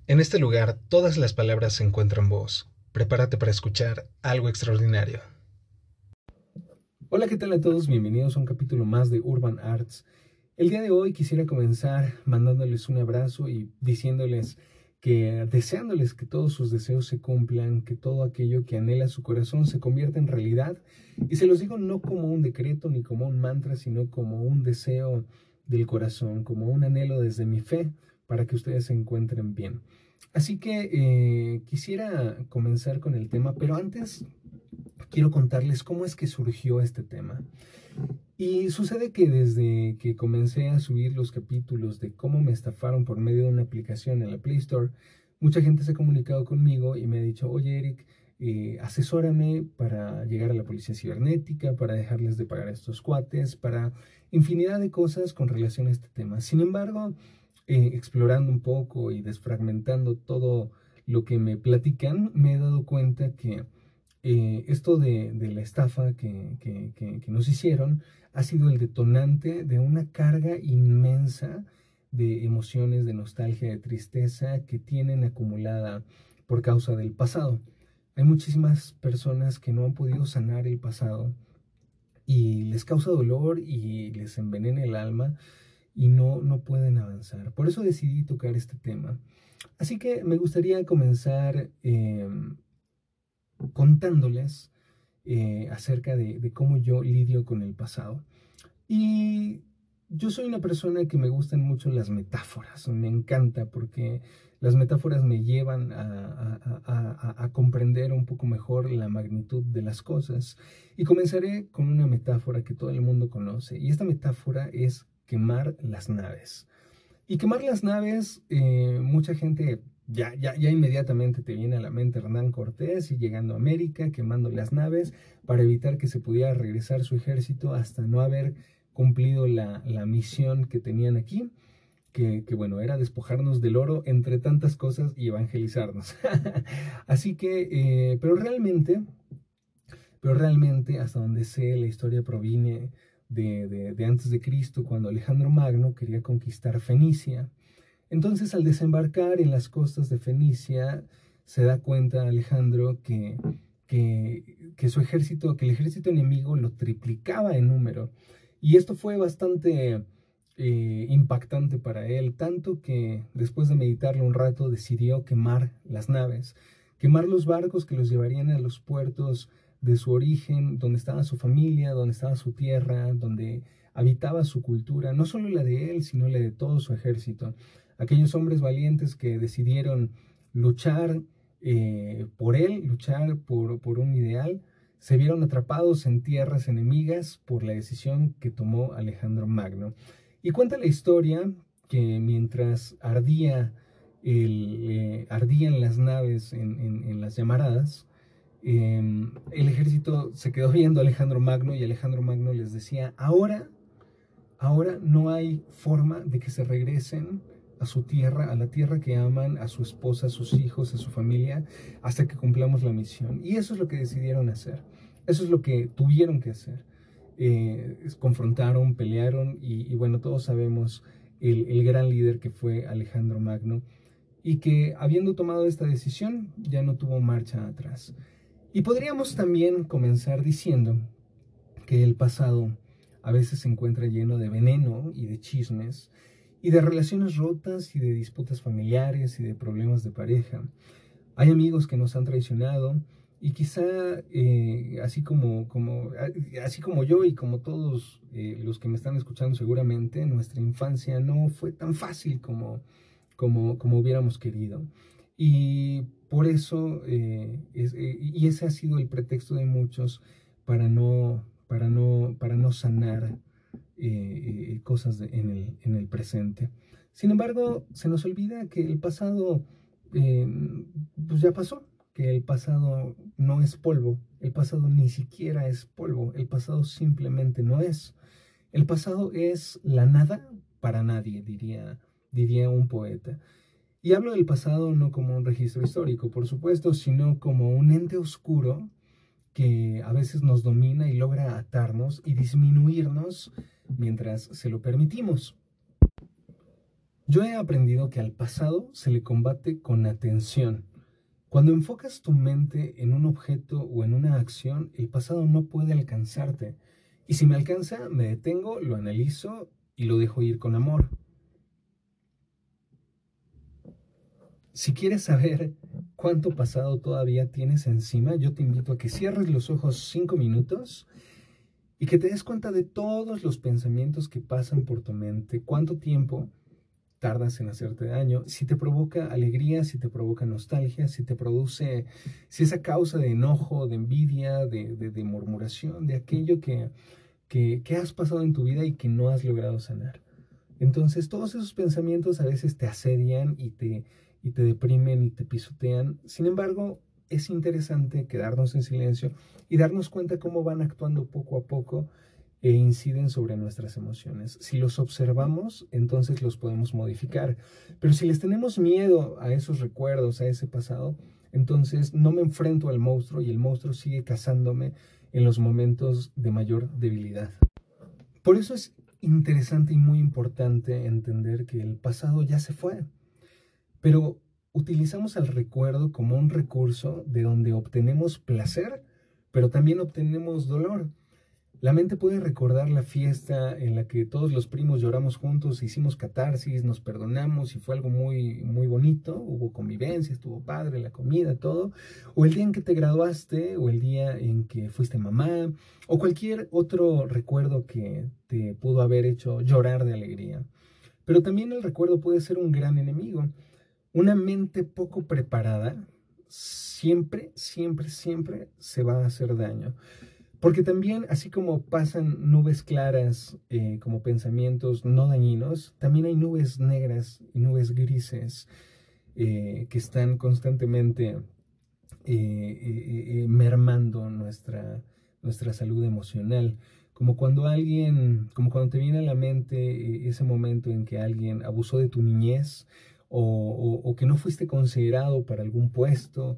En este lugar, todas las palabras encuentran voz. Prepárate para escuchar algo extraordinario. Hola, ¿qué tal a todos? Bienvenidos a un capítulo más de Urban Arts. El día de hoy quisiera comenzar mandándoles un abrazo y deseándoles que todos sus deseos se cumplan, que todo aquello que anhela su corazón se convierta en realidad. Y se los digo no como un decreto ni como un mantra, sino como un deseo del corazón, como un anhelo desde mi fe para que ustedes se encuentren bien. Así que quisiera comenzar con el tema, pero antes quiero contarles cómo es que surgió este tema. Y sucede que desde que comencé a subir los capítulos de cómo me estafaron por medio de una aplicación en la Play Store, mucha gente se ha comunicado conmigo y me ha dicho, oye Eric, asesórame para llegar a la policía cibernética, para dejarles de pagar a estos cuates, para infinidad de cosas con relación a este tema. Sin embargo, explorando un poco y desfragmentando todo lo que me platican, me he dado cuenta que esto de la estafa que nos hicieron ha sido el detonante de una carga inmensa de emociones, de nostalgia, de tristeza que tienen acumulada por causa del pasado. Hay muchísimas personas que no han podido sanar el pasado y les causa dolor y les envenena el alma y no pueden avanzar. Por eso decidí tocar este tema. Así que me gustaría comenzar contándoles acerca de cómo yo lidio con el pasado. Y yo soy una persona que me gustan mucho las metáforas, me encanta porque las metáforas me llevan a comprender un poco mejor la magnitud de las cosas. Y comenzaré con una metáfora que todo el mundo conoce, y esta metáfora es quemar las naves. Y quemar las naves, mucha gente ya inmediatamente te viene a la mente Hernán Cortés y llegando a América, quemando las naves para evitar que se pudiera regresar su ejército hasta no haber cumplido la misión que tenían aquí, que bueno, era despojarnos del oro entre tantas cosas y evangelizarnos. Así que, pero realmente, hasta donde sé, la historia proviene de antes de Cristo, cuando Alejandro Magno quería conquistar Fenicia. Entonces, al desembarcar en las costas de Fenicia, se da cuenta Alejandro que su ejército, que el ejército enemigo lo triplicaba en número. Y esto fue bastante impactante para él, tanto que después de meditarlo un rato decidió quemar las naves, quemar los barcos que los llevarían a los puertos de su origen, donde estaba su familia, donde estaba su tierra, donde habitaba su cultura, no solo la de él, sino la de todo su ejército. Aquellos hombres valientes que decidieron luchar por él, luchar por un ideal, se vieron atrapados en tierras enemigas por la decisión que tomó Alejandro Magno. Y cuenta la historia que mientras ardían las naves en las llamaradas, el ejército se quedó viendo a Alejandro Magno y Alejandro Magno les decía, ahora no hay forma de que se regresen a su tierra, a la tierra que aman, a su esposa, a sus hijos, a su familia, hasta que cumplamos la misión. Y eso es lo que decidieron hacer. Eso es lo que tuvieron que hacer. Confrontaron, pelearon y bueno, todos sabemos el gran líder que fue Alejandro Magno y que habiendo tomado esta decisión ya no tuvo marcha atrás. Y podríamos también comenzar diciendo que el pasado a veces se encuentra lleno de veneno y de chismes y de relaciones rotas y de disputas familiares y de problemas de pareja. Hay amigos que nos han traicionado y quizá así como yo y como todos los que me están escuchando seguramente, nuestra infancia no fue tan fácil como hubiéramos querido. Y por eso, y ese ha sido el pretexto de muchos para no sanar cosas en el presente. Sin embargo, se nos olvida que el pasado eh, pues ya pasó, que el pasado no es polvo, el pasado ni siquiera es polvo, el pasado simplemente no es. El pasado es la nada para nadie, diría un poeta. Y hablo del pasado no como un registro histórico, por supuesto, sino como un ente oscuro que a veces nos domina y logra atarnos y disminuirnos mientras se lo permitimos. Yo he aprendido que al pasado se le combate con atención. Cuando enfocas tu mente en un objeto o en una acción, el pasado no puede alcanzarte. Y si me alcanza, me detengo, lo analizo y lo dejo ir con amor. Si quieres saber cuánto pasado todavía tienes encima, yo te invito a que cierres los ojos 5 minutos y que te des cuenta de todos los pensamientos que pasan por tu mente, cuánto tiempo tardas en hacerte daño, si te provoca alegría, si te provoca nostalgia, si te produce, si esa causa de enojo, de envidia, de murmuración, de aquello que has pasado en tu vida y que no has logrado sanar. Entonces todos esos pensamientos a veces te asedian y te deprimen y te pisotean. Sin embargo, es interesante quedarnos en silencio y darnos cuenta cómo van actuando poco a poco e inciden sobre nuestras emociones. Si los observamos, entonces los podemos modificar. Pero si les tenemos miedo a esos recuerdos, a ese pasado, entonces no me enfrento al monstruo y el monstruo sigue cazándome en los momentos de mayor debilidad. Por eso es interesante y muy importante entender que el pasado ya se fue, pero utilizamos el recuerdo como un recurso de donde obtenemos placer, pero también obtenemos dolor. La mente puede recordar la fiesta en la que todos los primos lloramos juntos, hicimos catarsis, nos perdonamos y fue algo muy, muy bonito, hubo convivencia, estuvo padre, la comida, todo, o el día en que te graduaste, o el día en que fuiste mamá, o cualquier otro recuerdo que te pudo haber hecho llorar de alegría. Pero también el recuerdo puede ser un gran enemigo. Una mente poco preparada siempre, siempre, siempre se va a hacer daño. Porque también, así como pasan nubes claras como pensamientos no dañinos, también hay nubes negras y nubes grises que están constantemente mermando nuestra salud emocional. Como cuando te viene a la mente ese momento en que alguien abusó de tu niñez o que no fuiste considerado para algún puesto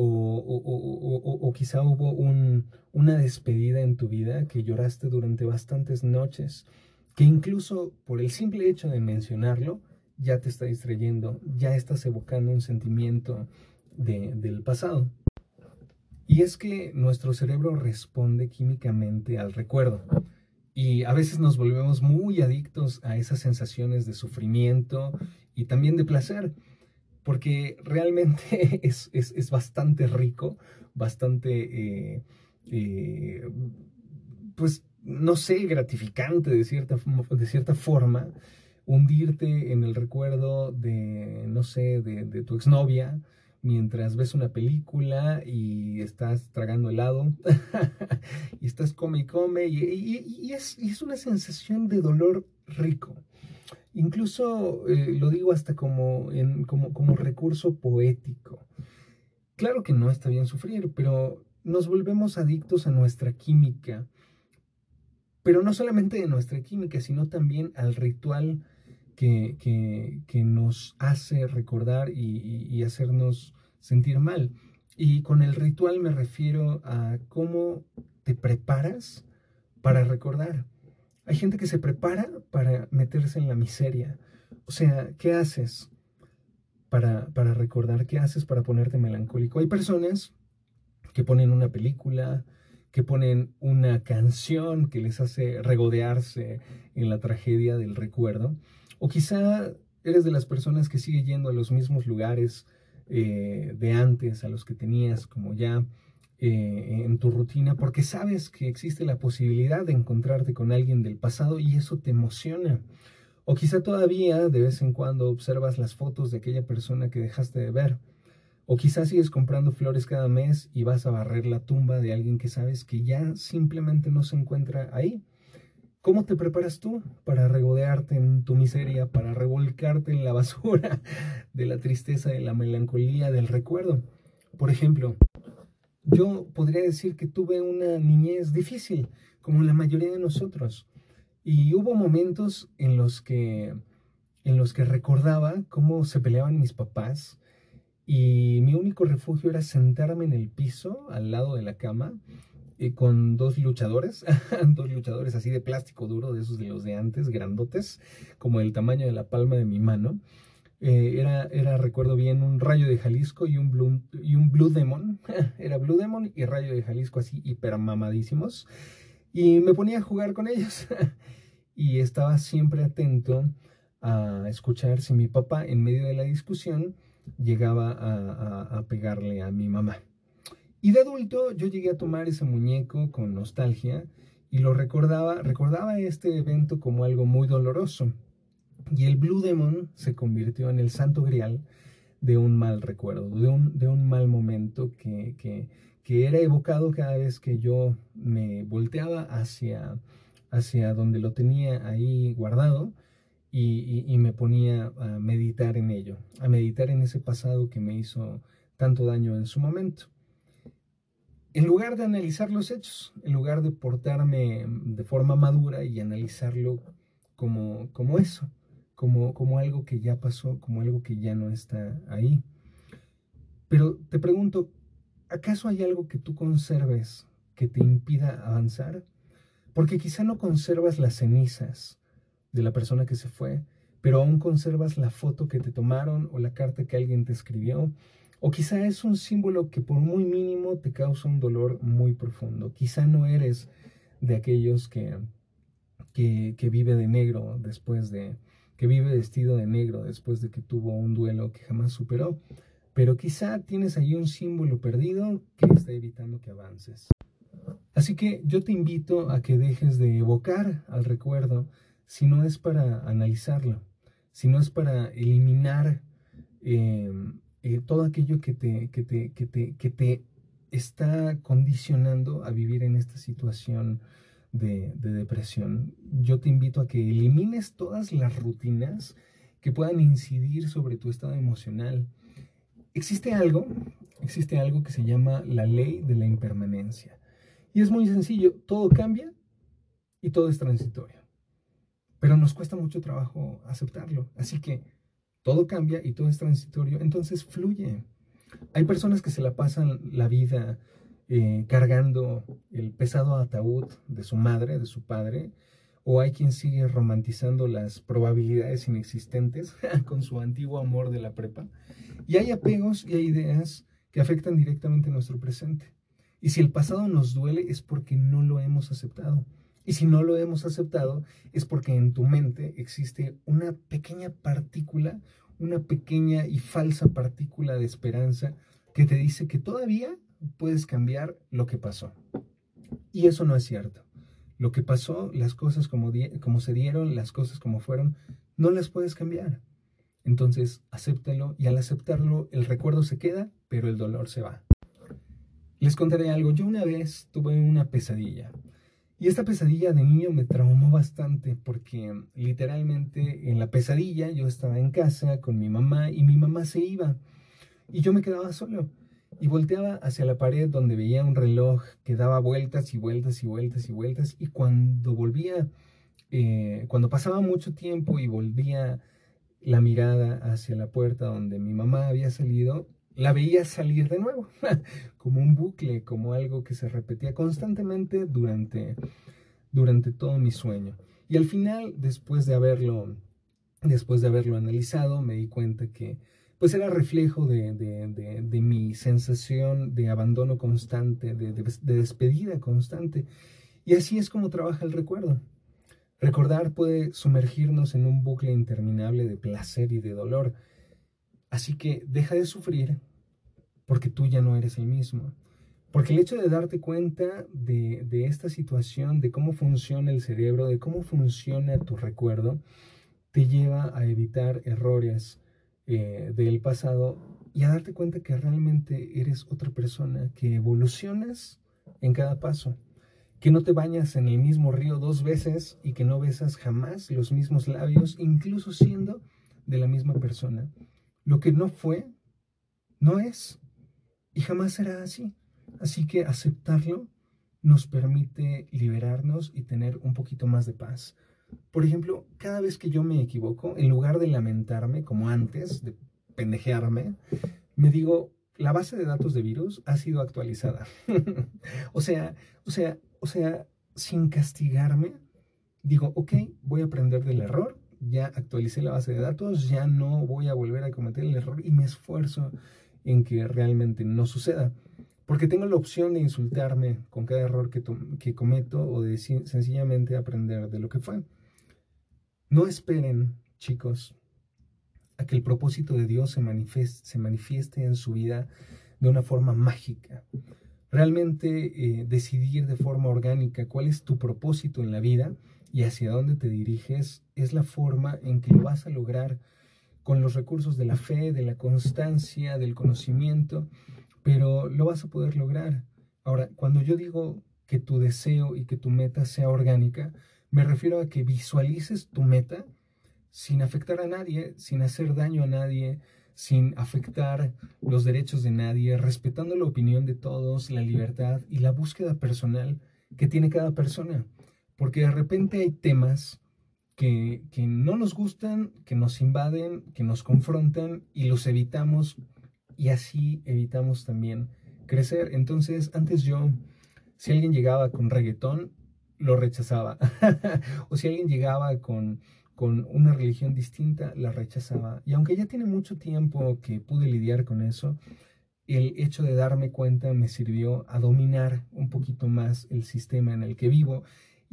o quizá hubo una despedida en tu vida que lloraste durante bastantes noches, que incluso por el simple hecho de mencionarlo ya te está distrayendo, ya estás evocando un sentimiento del pasado. Y es que nuestro cerebro responde químicamente al recuerdo. Y a veces nos volvemos muy adictos a esas sensaciones de sufrimiento y también de placer, porque realmente es bastante rico, bastante, pues, no sé, gratificante de cierta forma, hundirte en el recuerdo de, no sé, de tu exnovia, mientras ves una película y estás tragando helado y estás come y come y es una sensación de dolor rico. Incluso lo digo hasta como recurso poético. Claro que no está bien sufrir, pero nos volvemos adictos a nuestra química. Pero no solamente de nuestra química, sino también al ritual que nos hace recordar y hacernos sentir mal. Y con el ritual me refiero a cómo te preparas para recordar. Hay gente que se prepara para meterse en la miseria. O sea, ¿qué haces para recordar? ¿Qué haces para ponerte melancólico? Hay personas que ponen una película, que ponen una canción que les hace regodearse en la tragedia del recuerdo. O quizá eres de las personas que sigue yendo a los mismos lugares de antes, a los que tenías como ya en tu rutina, porque sabes que existe la posibilidad de encontrarte con alguien del pasado y eso te emociona. O quizá todavía de vez en cuando observas las fotos de aquella persona que dejaste de ver. O quizás sigues comprando flores cada mes y vas a barrer la tumba de alguien que sabes que ya simplemente no se encuentra ahí. ¿Cómo te preparas tú para regodearte en tu miseria, para revolcarte en la basura de la tristeza, de la melancolía, del recuerdo? Por ejemplo, yo podría decir que tuve una niñez difícil, como la mayoría de nosotros. Y hubo momentos en los que recordaba cómo se peleaban mis papás y mi único refugio era sentarme en el piso al lado de la cama con dos luchadores, dos luchadores así de plástico duro, de esos de los de antes, grandotes, como el tamaño de la palma de mi mano. Recuerdo bien, un Rayo de Jalisco y un Blue Demon. Era Blue Demon y Rayo de Jalisco así hiper mamadísimos. Y me ponía a jugar con ellos. Y estaba siempre atento a escuchar si mi papá en medio de la discusión llegaba a pegarle a mi mamá. Y de adulto yo llegué a tomar ese muñeco con nostalgia y recordaba este evento como algo muy doloroso. Y el Blue Demon se convirtió en el santo grial de un mal recuerdo, de un mal momento que era evocado cada vez que yo me volteaba hacia donde lo tenía ahí guardado y me ponía a meditar en ello, a meditar en ese pasado que me hizo tanto daño en su momento. En lugar de analizar los hechos, en lugar de portarme de forma madura y analizarlo como eso, como algo que ya pasó, como algo que ya no está ahí. Pero te pregunto, ¿acaso hay algo que tú conserves que te impida avanzar? Porque quizá no conservas las cenizas de la persona que se fue, pero aún conservas la foto que te tomaron o la carta que alguien te escribió. O quizá es un símbolo que por muy mínimo te causa un dolor muy profundo. Quizá no eres de aquellos que vive de negro que vive vestido de negro después de que tuvo un duelo que jamás superó. Pero quizá tienes ahí un símbolo perdido que está evitando que avances. Así que yo te invito a que dejes de evocar al recuerdo si no es para analizarlo, si no es para eliminar todo aquello que te está condicionando a vivir en esta situación de depresión. Yo te invito a que elimines todas las rutinas que puedan incidir sobre tu estado emocional. Existe algo que se llama la ley de la impermanencia. Y es muy sencillo, todo cambia y todo es transitorio. Pero nos cuesta mucho trabajo aceptarlo. Así que todo cambia y todo es transitorio, entonces fluye. Hay personas que se la pasan la vida cargando el pesado ataúd de su madre, de su padre, o hay quien sigue romantizando las probabilidades inexistentes con su antiguo amor de la prepa. Y hay apegos y hay ideas que afectan directamente nuestro presente. Y si el pasado nos duele es porque no lo hemos aceptado. Y si no lo hemos aceptado es porque en tu mente existe una pequeña partícula, una pequeña y falsa partícula de esperanza que te dice que todavía puedes cambiar lo que pasó. Y eso no es cierto. Lo que pasó, las cosas como se dieron, las cosas como fueron, no las puedes cambiar. Entonces, acéptalo y al aceptarlo, el recuerdo se queda, pero el dolor se va. Les contaré algo. Yo una vez tuve una pesadilla. Y esta pesadilla de niño me traumó bastante porque literalmente en la pesadilla yo estaba en casa con mi mamá y mi mamá se iba y yo me quedaba solo y volteaba hacia la pared donde veía un reloj que daba vueltas y vueltas y vueltas y vueltas y cuando cuando pasaba mucho tiempo y volvía la mirada hacia la puerta donde mi mamá había salido, la veía salir de nuevo, como un bucle, como algo que se repetía constantemente durante todo mi sueño. Y al final, después de haberlo analizado, me di cuenta que pues era reflejo de mi sensación de abandono constante, de despedida constante. Y así es como trabaja el recuerdo. Recordar puede sumergirnos en un bucle interminable de placer y de dolor. Así que deja de sufrir porque tú ya no eres el mismo. Porque el hecho de darte cuenta de esta situación, de cómo funciona el cerebro, de cómo funciona tu recuerdo, te lleva a evitar errores del pasado y a darte cuenta que realmente eres otra persona, que evolucionas en cada paso, que no te bañas en el mismo río 2 veces y que no besas jamás los mismos labios, incluso siendo de la misma persona. Lo que no fue, no es y jamás será así. Así que aceptarlo nos permite liberarnos y tener un poquito más de paz. Por ejemplo, cada vez que yo me equivoco, en lugar de lamentarme como antes, de pendejearme, me digo, la base de datos de virus ha sido actualizada. o sea, sin castigarme, digo, ok, voy a aprender del error, ya actualicé la base de datos, ya no voy a volver a cometer el error y me esfuerzo en que realmente no suceda. Porque tengo la opción de insultarme con cada error que cometo o de sencillamente aprender de lo que fue. No esperen, chicos, a que el propósito de Dios se manifieste en su vida de una forma mágica. Realmente decidir de forma orgánica cuál es tu propósito en la vida y hacia dónde te diriges es la forma en que lo vas a lograr con los recursos de la fe, de la constancia, del conocimiento, pero lo vas a poder lograr. Ahora, cuando yo digo que tu deseo y que tu meta sea orgánica, me refiero a que visualices tu meta sin afectar a nadie, sin hacer daño a nadie, sin afectar los derechos de nadie, respetando la opinión de todos, la libertad y la búsqueda personal que tiene cada persona. Porque de repente hay temas que no nos gustan, que nos invaden, que nos confrontan y los evitamos y así evitamos también crecer. Entonces, antes yo, si alguien llegaba con reggaetón, lo rechazaba. O si alguien llegaba con una religión distinta, la rechazaba. Y aunque ya tiene mucho tiempo que pude lidiar con eso, el hecho de darme cuenta me sirvió a dominar un poquito más el sistema en el que vivo.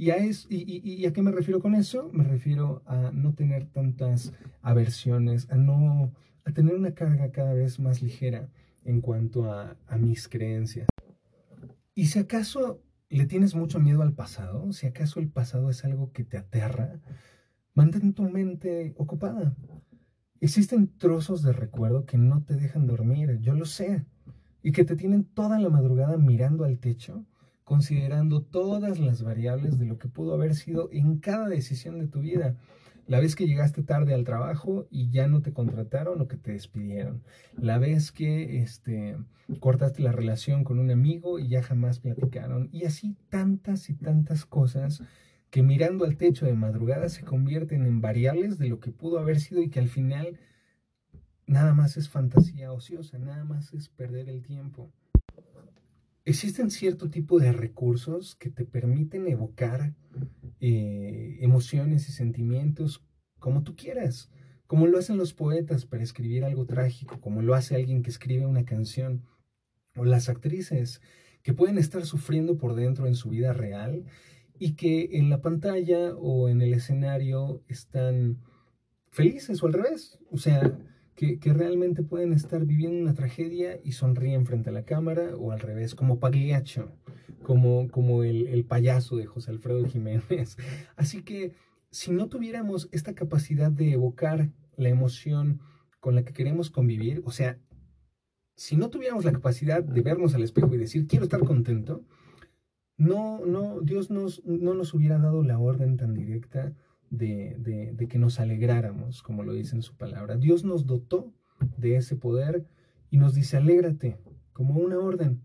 ¿Y a qué me refiero con eso? Me refiero a no tener tantas aversiones, a tener una carga cada vez más ligera en cuanto a mis creencias. Y si acaso le tienes mucho miedo al pasado, si acaso el pasado es algo que te aterra, mantén tu mente ocupada. Existen trozos de recuerdo que no te dejan dormir, yo lo sé, y que te tienen toda la madrugada mirando al techo, considerando todas las variables de lo que pudo haber sido en cada decisión de tu vida. La vez que llegaste tarde al trabajo y ya no te contrataron o que te despidieron. La vez que cortaste la relación con un amigo y ya jamás platicaron. Y así tantas y tantas cosas que mirando al techo de madrugada se convierten en variables de lo que pudo haber sido y que al final nada más es fantasía ociosa, nada más es perder el tiempo. Existen cierto tipo de recursos que te permiten evocar emociones y sentimientos como tú quieras, como lo hacen los poetas para escribir algo trágico, como lo hace alguien que escribe una canción, o las actrices que pueden estar sufriendo por dentro en su vida real y que en la pantalla o en el escenario están felices o al revés, o sea, que realmente pueden estar viviendo una tragedia y sonríen frente a la cámara o al revés, como Pagliaccio, como el payaso de José Alfredo Jiménez. Así que si no tuviéramos esta capacidad de evocar la emoción con la que queremos convivir, o sea, si no tuviéramos la capacidad de vernos al espejo y decir, quiero estar contento, Dios no nos hubiera dado la orden tan directa de que nos alegráramos, como lo dice en su palabra. Dios nos dotó de ese poder y nos dice, alégrate, como una orden,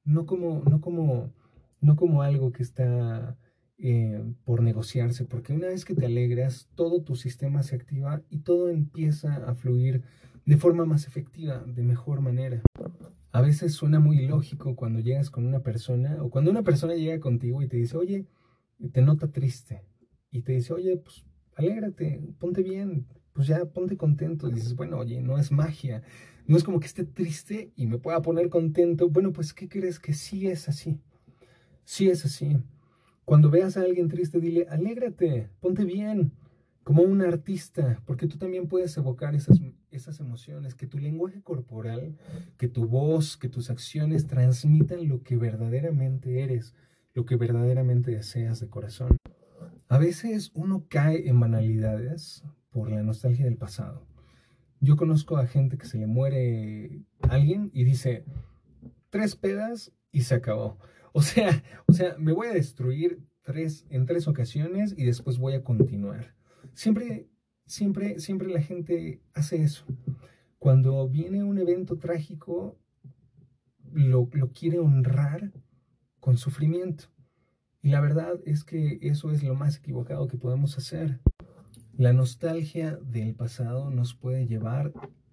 no como algo que está por negociarse, porque una vez que te alegras, todo tu sistema se activa y todo empieza a fluir de forma más efectiva, de mejor manera. A veces suena muy ilógico cuando llegas con una persona o cuando una persona llega contigo y te dice, oye, te nota triste y te dice, oye, pues alégrate, ponte bien, pues ya ponte contento. Y dices, bueno, oye, no es magia, no es como que esté triste y me pueda poner contento. Bueno, pues, ¿qué crees? Que sí es así, sí es así. Cuando veas a alguien triste, dile, alégrate, ponte bien, como un artista, porque tú también puedes evocar esas emociones, que tu lenguaje corporal, que tu voz, que tus acciones transmitan lo que verdaderamente eres, lo que verdaderamente deseas de corazón. A veces uno cae en banalidades por la nostalgia del pasado. Yo conozco a gente que se le muere alguien y dice, 3 pedas y se acabó. Me voy a destruir en 3 ocasiones y después voy a continuar. Siempre la gente hace eso. Cuando viene un evento trágico, lo quiere honrar con sufrimiento. Y la verdad es que eso es lo más equivocado que podemos hacer. La nostalgia del pasado nos puede llevar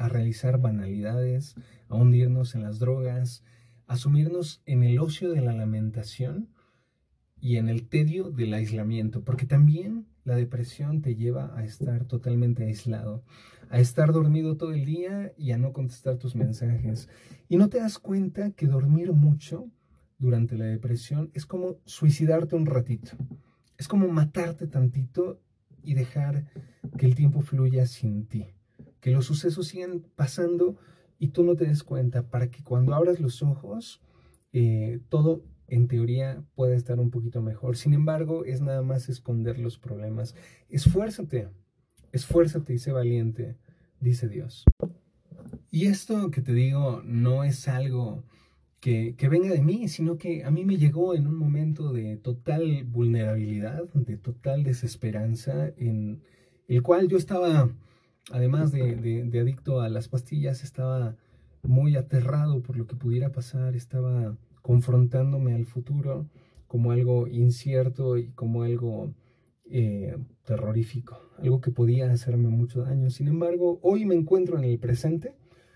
a realizar banalidades, a hundirnos en las drogas, a sumirnos en el ocio de la lamentación y en el tedio del aislamiento, porque también la depresión te lleva a estar totalmente aislado, a estar dormido todo el día y a no contestar tus mensajes. Y no te das cuenta que dormir mucho durante la depresión es como suicidarte un ratito, es como matarte tantito y dejar que el tiempo fluya sin ti, que los sucesos sigan pasando y tú no te des cuenta, para que cuando abras los ojos todo en teoría puede estar un poquito mejor. Sin embargo, es nada más esconder los problemas. Esfuérzate, esfuérzate y sé valiente, dice Dios. Y esto que te digo no es algo que venga de mí, sino que a mí me llegó en un momento de total vulnerabilidad, de total desesperanza, en el cual yo estaba, además de adicto a las pastillas, estaba muy aterrado por lo que pudiera pasar, estaba confrontándome al futuro como algo incierto y como algo terrorífico, algo que podía hacerme mucho daño. Sin embargo, hoy me encuentro en el presente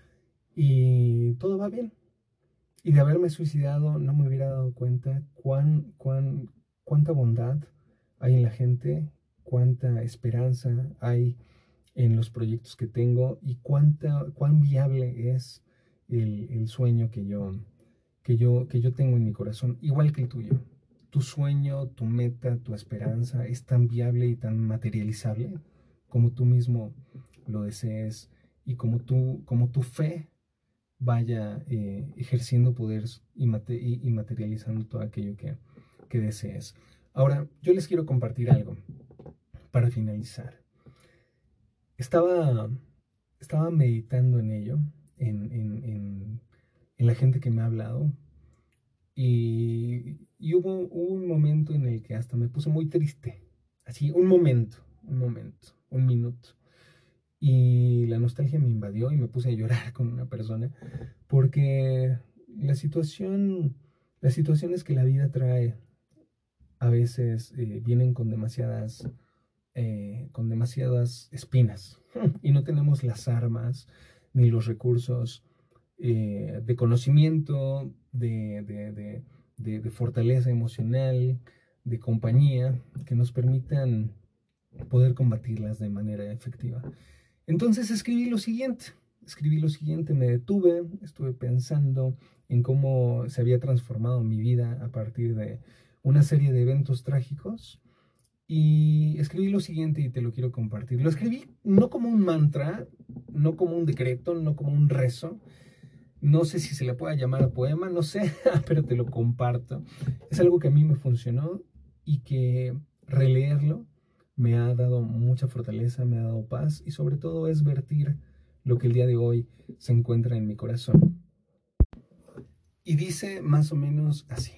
y todo va bien. Y de haberme suicidado no me hubiera dado cuenta cuánta bondad hay en la gente, cuánta esperanza hay en los proyectos que tengo y cuán viable es el sueño que yo tengo en mi corazón, igual que el tuyo. Tu sueño, tu meta, tu esperanza es tan viable y tan materializable como tú mismo lo desees y como tu fe vaya ejerciendo poderes y materializando todo aquello que desees. Ahora, yo les quiero compartir algo para finalizar. Estaba, estaba meditando en ello, en la gente que me ha hablado, y hubo un momento en el que hasta me puse muy triste. Así, un minuto. Y la nostalgia me invadió y me puse a llorar con una persona porque las situaciones que la vida trae a veces vienen con demasiadas espinas y no tenemos las armas ni los recursos de conocimiento, de fortaleza emocional, de compañía que nos permitan poder combatirlas de manera efectiva. Entonces escribí lo siguiente, me detuve, estuve pensando en cómo se había transformado mi vida a partir de una serie de eventos trágicos y escribí lo siguiente y te lo quiero compartir. Lo escribí no como un mantra, no como un decreto, no como un rezo, no sé si se le pueda llamar poema, no sé, pero te lo comparto. Es algo que a mí me funcionó y que releerlo me ha dado mucha fortaleza, me ha dado paz y sobre todo es vertir lo que el día de hoy se encuentra en mi corazón. Y dice más o menos así.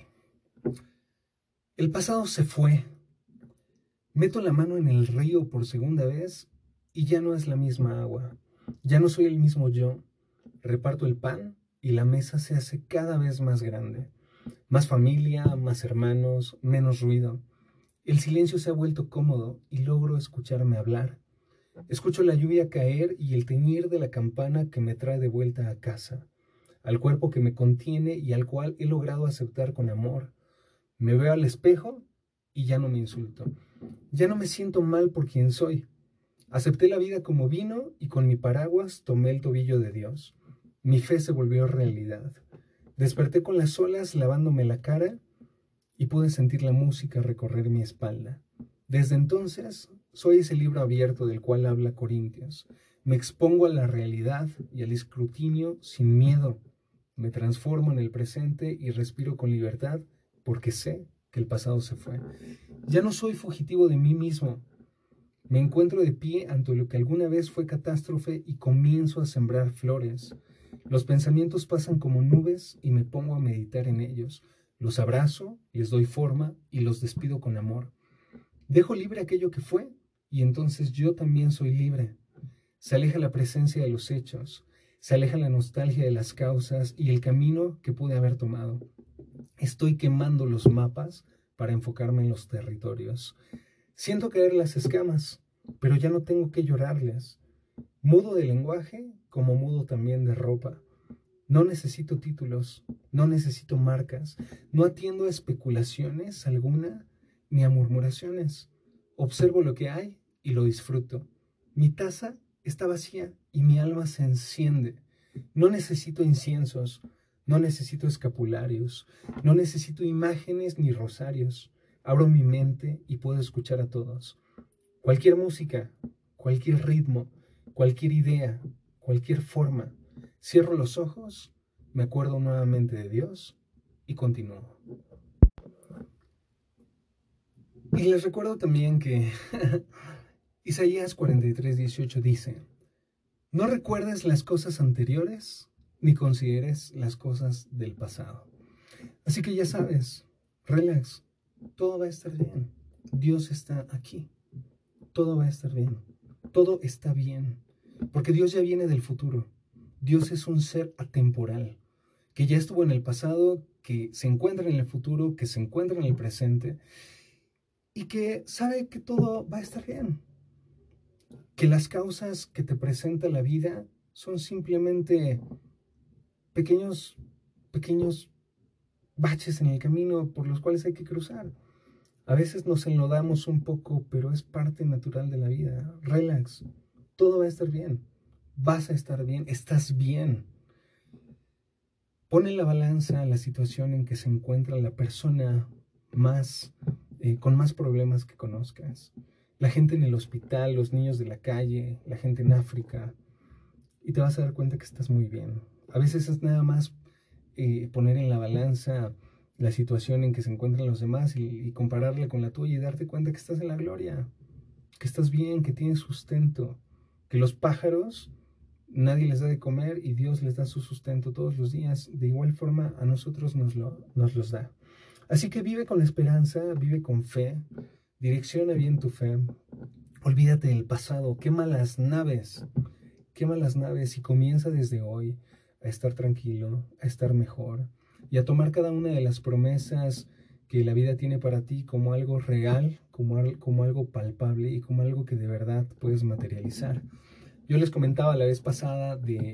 El pasado se fue. Meto la mano en el río por segunda vez y ya no es la misma agua. Ya no soy el mismo yo. Reparto el pan y la mesa se hace cada vez más grande. Más familia, más hermanos, menos ruido. El silencio se ha vuelto cómodo y logro escucharme hablar. Escucho la lluvia caer y el teñir de la campana que me trae de vuelta a casa, al cuerpo que me contiene y al cual he logrado aceptar con amor. Me veo al espejo y ya no me insulto. Ya no me siento mal por quien soy. Acepté la vida como vino y con mi paraguas tomé el tobillo de Dios. Mi fe se volvió realidad. Desperté con las olas lavándome la cara y pude sentir la música recorrer mi espalda. Desde entonces, soy ese libro abierto del cual habla Corintios. Me expongo a la realidad y al escrutinio sin miedo. Me transformo en el presente y respiro con libertad porque sé que el pasado se fue. Ya no soy fugitivo de mí mismo. Me encuentro de pie ante lo que alguna vez fue catástrofe y comienzo a sembrar flores. Los pensamientos pasan como nubes y me pongo a meditar en ellos. Los abrazo, les doy forma y los despido con amor. Dejo libre aquello que fue y entonces yo también soy libre. Se aleja la presencia de los hechos, se aleja la nostalgia de las causas y el camino que pude haber tomado. Estoy quemando los mapas para enfocarme en los territorios. Siento caer las escamas, pero ya no tengo que llorarles. Mudo de lenguaje como mudo también de ropa. No necesito títulos, no necesito marcas, no atiendo a especulaciones alguna ni a murmuraciones. Observo lo que hay y lo disfruto. Mi taza está vacía y mi alma se enciende. No necesito inciensos, no necesito escapularios, no necesito imágenes ni rosarios. Abro mi mente y puedo escuchar a todos. Cualquier música, cualquier ritmo, cualquier idea, cualquier forma. Cierro los ojos, me acuerdo nuevamente de Dios y continúo. Y les recuerdo también que Isaías 43:18 dice: no recuerdes las cosas anteriores ni consideres las cosas del pasado. Así que ya sabes, relax, todo va a estar bien. Dios está aquí, todo va a estar bien, todo está bien, porque Dios ya viene del futuro. Dios es un ser atemporal, que ya estuvo en el pasado, que se encuentra en el futuro, que se encuentra en el presente y que sabe que todo va a estar bien. Que las causas que te presenta la vida son simplemente pequeños baches en el camino por los cuales hay que cruzar. A veces nos enlodamos un poco, pero es parte natural de la vida. Relax, todo va a estar bien, vas a estar bien, estás bien. Pon en la balanza la situación en que se encuentra la persona con más problemas que conozcas. La gente en el hospital, los niños de la calle, la gente en África, y te vas a dar cuenta que estás muy bien. A veces es nada más poner en la balanza la situación en que se encuentran los demás y compararla con la tuya y darte cuenta que estás en la gloria, que estás bien, que tienes sustento, que los pájaros nadie les da de comer y Dios les da su sustento todos los días. De igual forma a nosotros nos los da. Así que vive con esperanza, vive con fe, direcciona bien tu fe, olvídate del pasado, quema las naves y comienza desde hoy a estar tranquilo, a estar mejor y a tomar cada una de las promesas que la vida tiene para ti como algo real, como algo palpable y como algo que de verdad puedes materializar. Yo les comentaba la vez pasada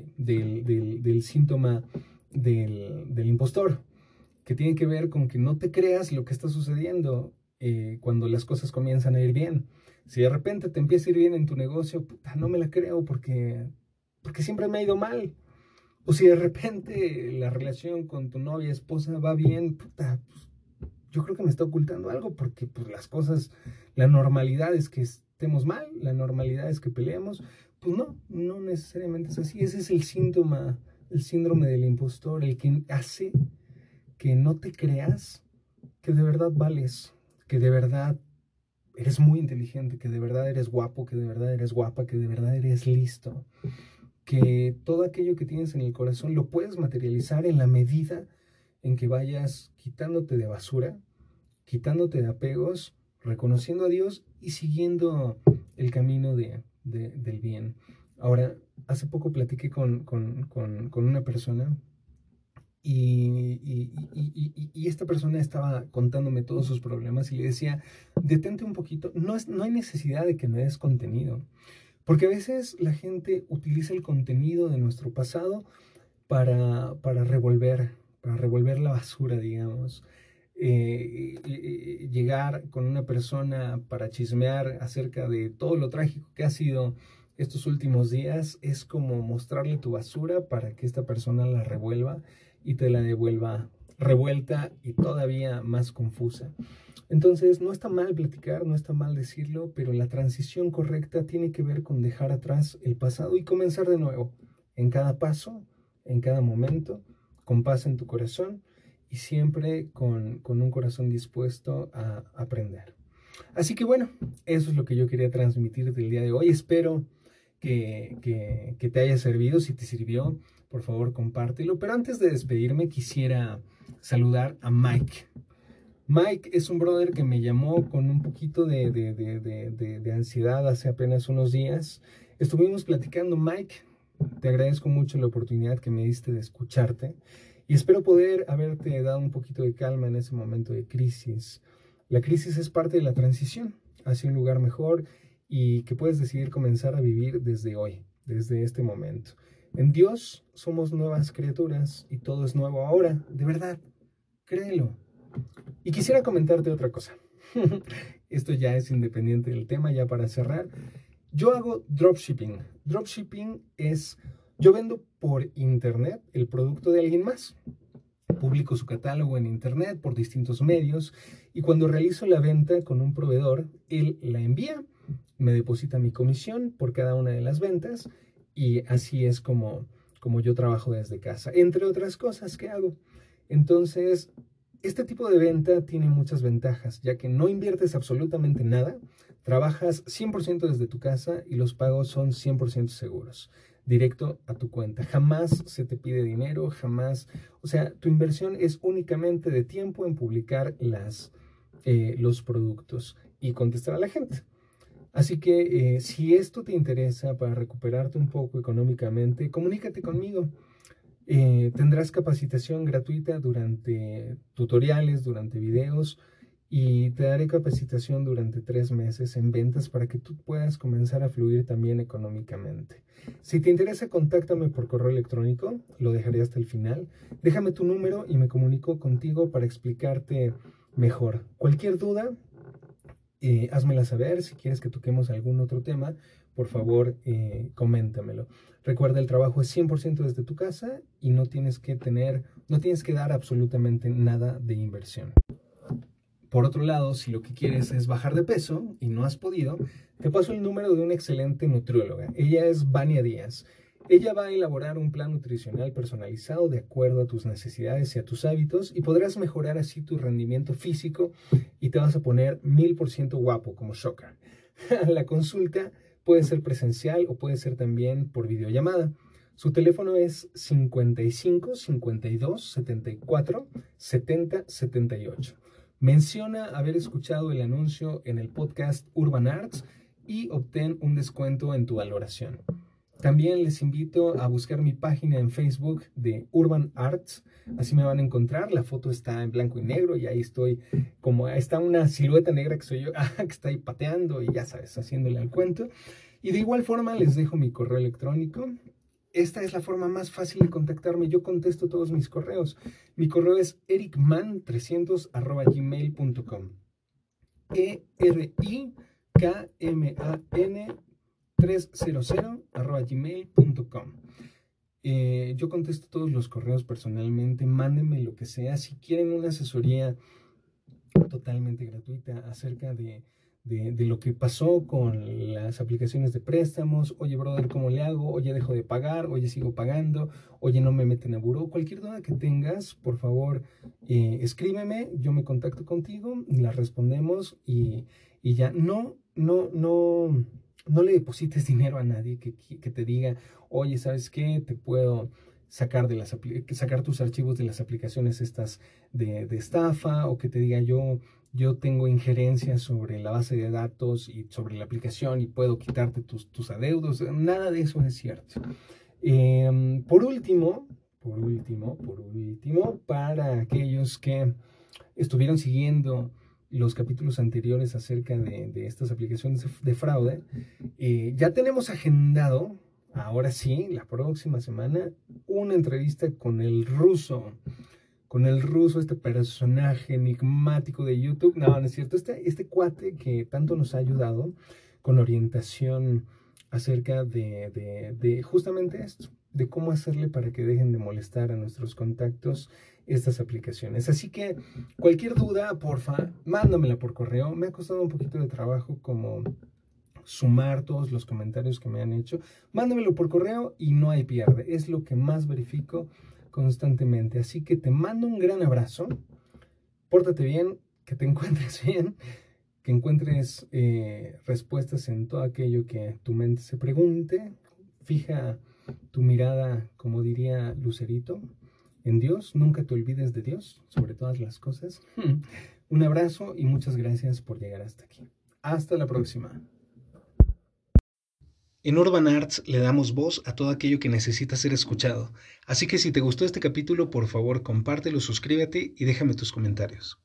del síntoma del impostor, que tiene que ver con que no te creas lo que está sucediendo cuando las cosas comienzan a ir bien. Si de repente te empieza a ir bien en tu negocio, puta, no me la creo porque siempre me ha ido mal. O si de repente la relación con tu novia, esposa va bien, puta, pues, yo creo que me está ocultando algo porque pues las cosas, la normalidad es que estemos mal, la normalidad es que peleemos. Pues no necesariamente es así. Ese es el síntoma, el síndrome del impostor, el que hace que no te creas que de verdad vales, que de verdad eres muy inteligente, que de verdad eres guapo, que de verdad eres guapa, que de verdad eres listo, que todo aquello que tienes en el corazón lo puedes materializar en la medida en que vayas quitándote de basura, quitándote de apegos, reconociendo a Dios y siguiendo el camino del bien. Ahora, hace poco platiqué con una persona y esta persona estaba contándome todos sus problemas y le decía, detente un poquito, no hay necesidad de que me des contenido, porque a veces la gente utiliza el contenido de nuestro pasado para revolver la basura, digamos. Llegar con una persona para chismear acerca de todo lo trágico que ha sido estos últimos días es como mostrarle tu basura para que esta persona la revuelva y te la devuelva revuelta y todavía más confusa. Entonces, no está mal platicar, no está mal decirlo, pero la transición correcta tiene que ver con dejar atrás el pasado y comenzar de nuevo, en cada paso, en cada momento, con paz en tu corazón y siempre con un corazón dispuesto a aprender. Así que bueno, eso es lo que yo quería transmitir del día de hoy. Espero que te haya servido. Si te sirvió, por favor, compártelo. Pero antes de despedirme, quisiera saludar a Mike. Mike es un brother que me llamó con un poquito de ansiedad hace apenas unos días. Estuvimos platicando. Mike, te agradezco mucho la oportunidad que me diste de escucharte y espero poder haberte dado un poquito de calma en ese momento de crisis. La crisis es parte de la transición hacia un lugar mejor y que puedes decidir comenzar a vivir desde hoy. desde este momento. En Dios somos nuevas criaturas y todo es nuevo ahora, de verdad, créelo. Y quisiera comentarte otra cosa. Esto ya es independiente del tema, ya para cerrar. Yo hago dropshipping. Dropshipping es, yo vendo por internet el producto de alguien más. Publico su catálogo en internet por distintos medios y cuando realizo la venta con un proveedor, él la envía, me deposita mi comisión por cada una de las ventas y así es como yo trabajo desde casa, entre otras cosas que hago. Entonces, este tipo de venta tiene muchas ventajas, ya que no inviertes absolutamente nada, trabajas 100% desde tu casa y los pagos son 100% seguros, directo a tu cuenta. Jamás se te pide dinero, jamás, o sea, tu inversión es únicamente de tiempo en publicar los productos y contestar a la gente. Así que si esto te interesa para recuperarte un poco económicamente, comunícate conmigo. Tendrás capacitación gratuita durante tutoriales, durante videos y te daré capacitación durante 3 meses en ventas para que tú puedas comenzar a fluir también económicamente. Si te interesa, contáctame por correo electrónico, lo dejaré hasta el final. Déjame tu número y me comunico contigo para explicarte mejor. Cualquier duda, házmela saber. Si quieres que toquemos algún otro tema, por favor, coméntamelo. Recuerda, el trabajo es 100% desde tu casa y no tienes que dar absolutamente nada de inversión. Por otro lado, si lo que quieres es bajar de peso y no has podido, te paso el número de una excelente nutrióloga. Ella es Vania Díaz. Ella va a elaborar un plan nutricional personalizado de acuerdo a tus necesidades y a tus hábitos y podrás mejorar así tu rendimiento físico y te vas a poner 1000% guapo como Shocker. La consulta puede ser presencial o puede ser también por videollamada. Su teléfono es 55 52 74 70 78. Menciona haber escuchado el anuncio en el podcast Urban Arts y obtén un descuento en tu valoración. También les invito a buscar mi página en Facebook de Urban Arts. Así me van a encontrar. La foto está en blanco y negro y ahí estoy, como está una silueta negra que soy yo, que está ahí pateando y ya sabes, haciéndole al cuento. Y de igual forma les dejo mi correo electrónico. Esta es la forma más fácil de contactarme. Yo contesto todos mis correos. Mi correo es ericman300@gmail.com. erikman300@gmail.com. Yo contesto todos los correos personalmente. Mándenme lo que sea. Si quieren una asesoría totalmente gratuita acerca de lo que pasó con las aplicaciones de préstamos, oye brother, ¿cómo le hago? Oye, dejo de pagar, oye, sigo pagando, oye, no me meten a buró. Cualquier duda que tengas, por favor, escríbeme, yo me contacto contigo, la respondemos y ya. No le deposites dinero a nadie que te diga, oye, ¿sabes qué? Te puedo sacar tus archivos de las aplicaciones estas de estafa, o que te diga yo tengo injerencia sobre la base de datos y sobre la aplicación y puedo quitarte tus adeudos. Nada de eso es cierto. Por último, para aquellos que estuvieron siguiendo los capítulos anteriores acerca de estas aplicaciones de fraude, ya tenemos agendado, ahora sí, la próxima semana, una entrevista con el ruso, este personaje enigmático de YouTube. No es cierto, este cuate que tanto nos ha ayudado con orientación acerca de justamente esto, de cómo hacerle para que dejen de molestar a nuestros contactos estas aplicaciones. Así que cualquier duda, porfa, mándamela por correo. Me ha costado un poquito de trabajo como sumar todos los comentarios que me han hecho. Mándamelo por correo y no hay pierde. Es lo que más verifico constantemente. Así que te mando un gran abrazo. Pórtate bien, que te encuentres bien, que encuentres respuestas en todo aquello que tu mente se pregunte. Fija tu mirada, como diría Lucerito, en Dios. Nunca te olvides de Dios sobre todas las cosas. Un abrazo y muchas gracias por llegar hasta aquí. Hasta la próxima. En Urban Arts le damos voz a todo aquello que necesita ser escuchado. Así que si te gustó este capítulo, por favor compártelo, suscríbete y déjame tus comentarios.